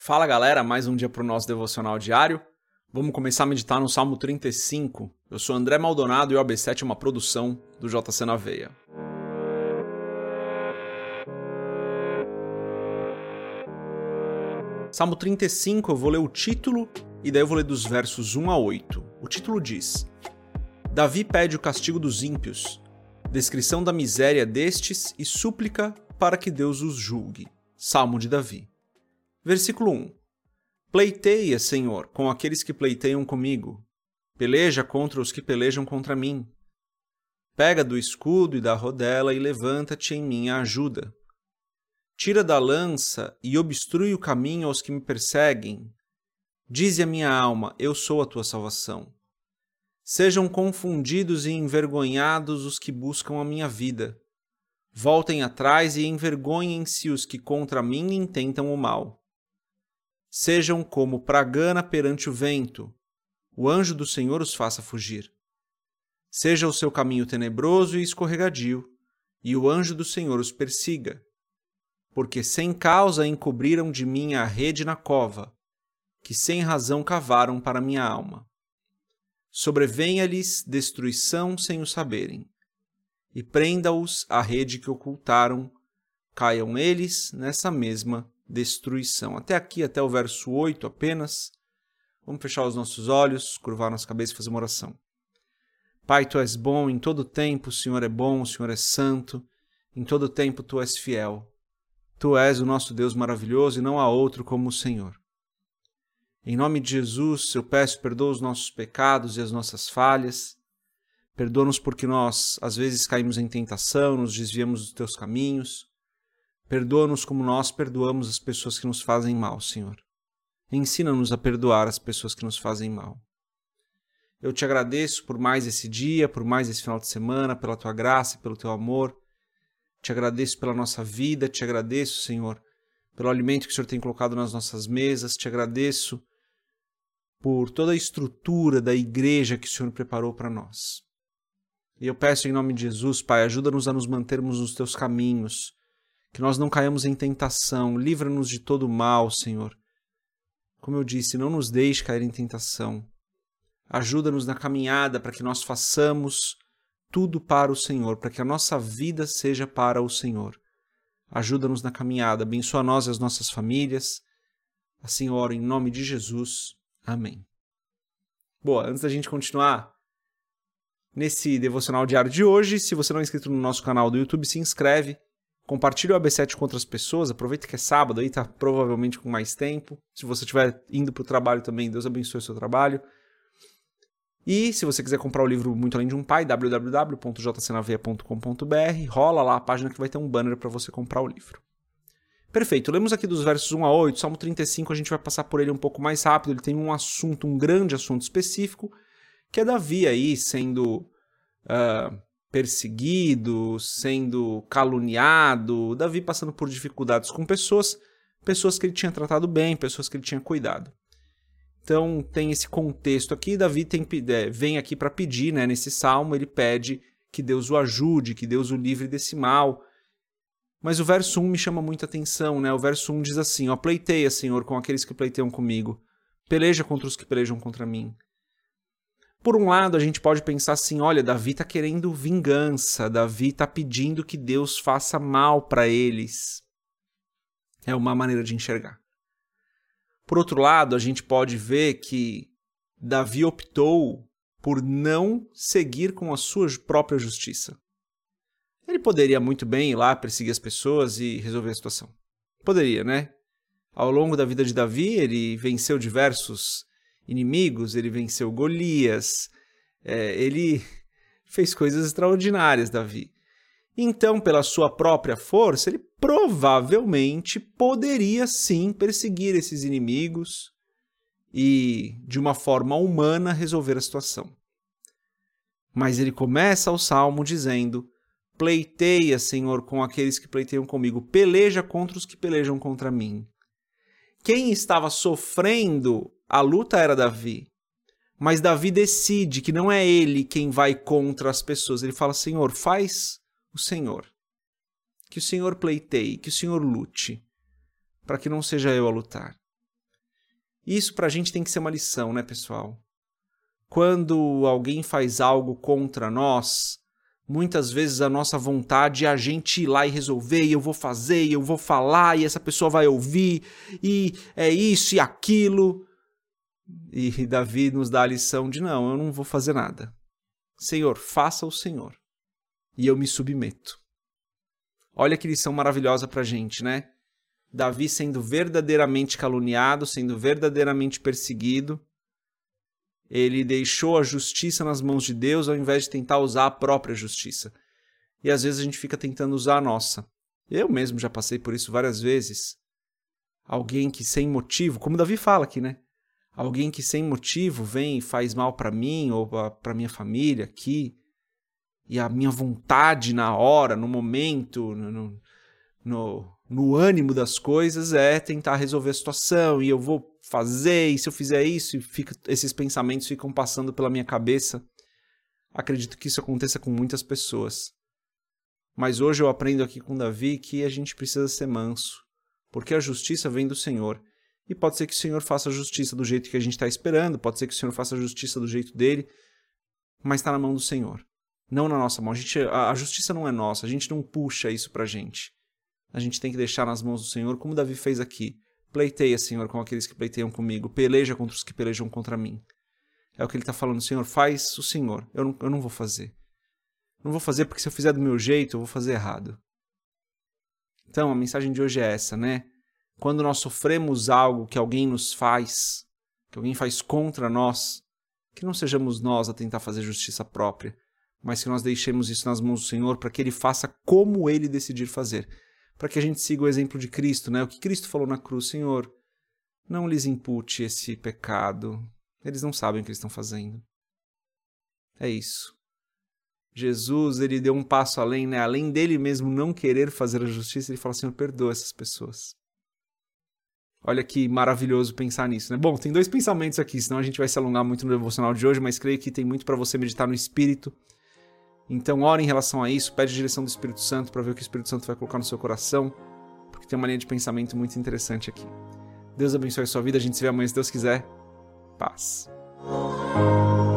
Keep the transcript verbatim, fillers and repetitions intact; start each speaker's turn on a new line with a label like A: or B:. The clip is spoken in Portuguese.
A: Fala galera, mais um dia para o nosso devocional diário. Vamos começar a meditar no Salmo trinta e cinco. Eu sou André Maldonado e o A B sete é uma produção do J C na Veia. Salmo trinta e cinco, eu vou ler o título e daí eu vou ler dos versos um a oito. O título diz: Davi pede o castigo dos ímpios, descrição da miséria destes e súplica para que Deus os julgue. Salmo de Davi. Versículo um. Pleiteia, Senhor, com aqueles que pleiteiam comigo. Peleja contra os que pelejam contra mim. Pega do escudo e da rodela e levanta-te em minha ajuda. Tira da lança e obstrui o caminho aos que me perseguem. Dize a minha alma, eu sou a tua salvação. Sejam confundidos e envergonhados os que buscam a minha vida. Voltem atrás e envergonhem-se os que contra mim intentam o mal. Sejam como pragana perante o vento, o anjo do Senhor os faça fugir. Seja o seu caminho tenebroso e escorregadio, e o anjo do Senhor os persiga. Porque sem causa encobriram de mim a rede na cova, que sem razão cavaram para minha alma. Sobrevenha-lhes destruição sem o saberem, e prenda-os a rede que ocultaram, caiam eles nessa mesma destruição. Até aqui, até o verso oito apenas. Vamos fechar os nossos olhos, curvar nossa cabeça e fazer uma oração. Pai, Tu és bom, em todo tempo o Senhor é bom, o Senhor é santo, em todo tempo Tu és fiel. Tu és o nosso Deus maravilhoso e não há outro como o Senhor. Em nome de Jesus, eu peço, perdoa os nossos pecados e as nossas falhas. Perdoa-nos porque nós, às vezes, caímos em tentação, nos desviamos dos Teus caminhos. Perdoa-nos como nós perdoamos as pessoas que nos fazem mal, Senhor. Ensina-nos a perdoar as pessoas que nos fazem mal. Eu Te agradeço por mais esse dia, por mais esse final de semana, pela Tua graça e pelo Teu amor. Te agradeço pela nossa vida, Te agradeço, Senhor, pelo alimento que o Senhor tem colocado nas nossas mesas. Te agradeço por toda a estrutura da igreja que o Senhor preparou para nós. E eu peço em nome de Jesus, Pai, ajuda-nos a nos mantermos nos Teus caminhos, que nós não caiamos em tentação, livra-nos de todo mal, Senhor. Como eu disse, não nos deixe cair em tentação. Ajuda-nos na caminhada para que nós façamos tudo para o Senhor, para que a nossa vida seja para o Senhor. Ajuda-nos na caminhada, abençoa nós e as nossas famílias. Assim oro em nome de Jesus. Amém. Boa, antes da gente continuar nesse devocional diário de hoje, se você não é inscrito no nosso canal do YouTube, se inscreve. Compartilhe o A B sete com outras pessoas, aproveita que é sábado, aí tá provavelmente com mais tempo. Se você estiver indo para o trabalho também, Deus abençoe o seu trabalho. E se você quiser comprar o livro Muito Além de um Pai, w w w ponto j c na veia ponto com ponto b r, rola lá a página que vai ter um banner para você comprar o livro. Perfeito, lemos aqui dos versos um a oito, Salmo trinta e cinco, a gente vai passar por ele um pouco mais rápido, ele tem um assunto, um grande assunto específico, que é Davi aí sendo Uh, perseguido, sendo caluniado, Davi passando por dificuldades com pessoas, pessoas que ele tinha tratado bem, pessoas que ele tinha cuidado. Então tem esse contexto aqui, Davi tem, é, vem aqui para pedir, né, nesse salmo, ele pede que Deus o ajude, que Deus o livre desse mal. Mas o verso um me chama muita atenção, né? O verso um diz assim, ó, pleiteia, Senhor, com aqueles que pleiteiam comigo, peleja contra os que pelejam contra mim. Por um lado, a gente pode pensar assim, olha, Davi está querendo vingança, Davi está pedindo que Deus faça mal para eles. É uma maneira de enxergar. Por outro lado, a gente pode ver que Davi optou por não seguir com a sua própria justiça. Ele poderia muito bem ir lá perseguir as pessoas e resolver a situação. Poderia, né? Ao longo da vida de Davi, ele venceu diversos inimigos, ele venceu Golias, é, ele fez coisas extraordinárias, Davi. Então, pela sua própria força, ele provavelmente poderia sim perseguir esses inimigos e, de uma forma humana, resolver a situação. Mas ele começa o salmo dizendo, pleiteia, Senhor, com aqueles que pleiteiam comigo, peleja contra os que pelejam contra mim. Quem estava sofrendo a luta era Davi, mas Davi decide que não é ele quem vai contra as pessoas. Ele fala, Senhor, faz o Senhor. Que o Senhor pleiteie, que o Senhor lute, para que não seja eu a lutar. Isso pra gente tem que ser uma lição, né, pessoal? Quando alguém faz algo contra nós, muitas vezes a nossa vontade é a gente ir lá e resolver, e eu vou fazer, e eu vou falar, e essa pessoa vai ouvir, e é isso e aquilo. E Davi nos dá a lição de não, eu não vou fazer nada. Senhor, faça o Senhor. E eu me submeto. Olha que lição maravilhosa pra gente, né? Davi sendo verdadeiramente caluniado, sendo verdadeiramente perseguido, ele deixou a justiça nas mãos de Deus ao invés de tentar usar a própria justiça. E às vezes a gente fica tentando usar a nossa. Eu mesmo já passei por isso várias vezes. Alguém que sem motivo, como Davi fala aqui, né? Alguém que sem motivo vem e faz mal para mim ou para minha família aqui. E a minha vontade na hora, no momento, no, no, no ânimo das coisas é tentar resolver a situação. E eu vou fazer, e se eu fizer isso, e fica, esses pensamentos ficam passando pela minha cabeça. Acredito que isso aconteça com muitas pessoas. Mas hoje eu aprendo aqui com Davi que a gente precisa ser manso, porque a justiça vem do Senhor. E pode ser que o Senhor faça a justiça do jeito que a gente está esperando, pode ser que o Senhor faça a justiça do jeito dele, mas está na mão do Senhor, não na nossa mão. A, gente, a, a justiça não é nossa, a gente não puxa isso pra gente. A gente tem que deixar nas mãos do Senhor, como Davi fez aqui. Pleiteia, Senhor, com aqueles que pleiteiam comigo. Peleja contra os que pelejam contra mim. É o que ele está falando. Senhor, faz o Senhor. Eu não, eu não vou fazer. Não vou fazer porque se eu fizer do meu jeito, eu vou fazer errado. Então, a mensagem de hoje é essa, né? Quando nós sofremos algo que alguém nos faz, que alguém faz contra nós, que não sejamos nós a tentar fazer justiça própria, mas que nós deixemos isso nas mãos do Senhor para que Ele faça como Ele decidir fazer. Para que a gente siga o exemplo de Cristo, né? O que Cristo falou na cruz, Senhor, não lhes impute esse pecado. Eles não sabem o que eles estão fazendo. É isso. Jesus, ele deu um passo além, né? Além dele mesmo não querer fazer a justiça, ele fala, Senhor, perdoa essas pessoas. Olha que maravilhoso pensar nisso, né? Bom, tem dois pensamentos aqui, senão a gente vai se alongar muito no devocional de hoje, mas creio que tem muito para você meditar no Espírito. Então, ora em relação a isso, pede a direção do Espírito Santo para ver o que o Espírito Santo vai colocar no seu coração, porque tem uma linha de pensamento muito interessante aqui. Deus abençoe a sua vida, a gente se vê amanhã se Deus quiser. Paz.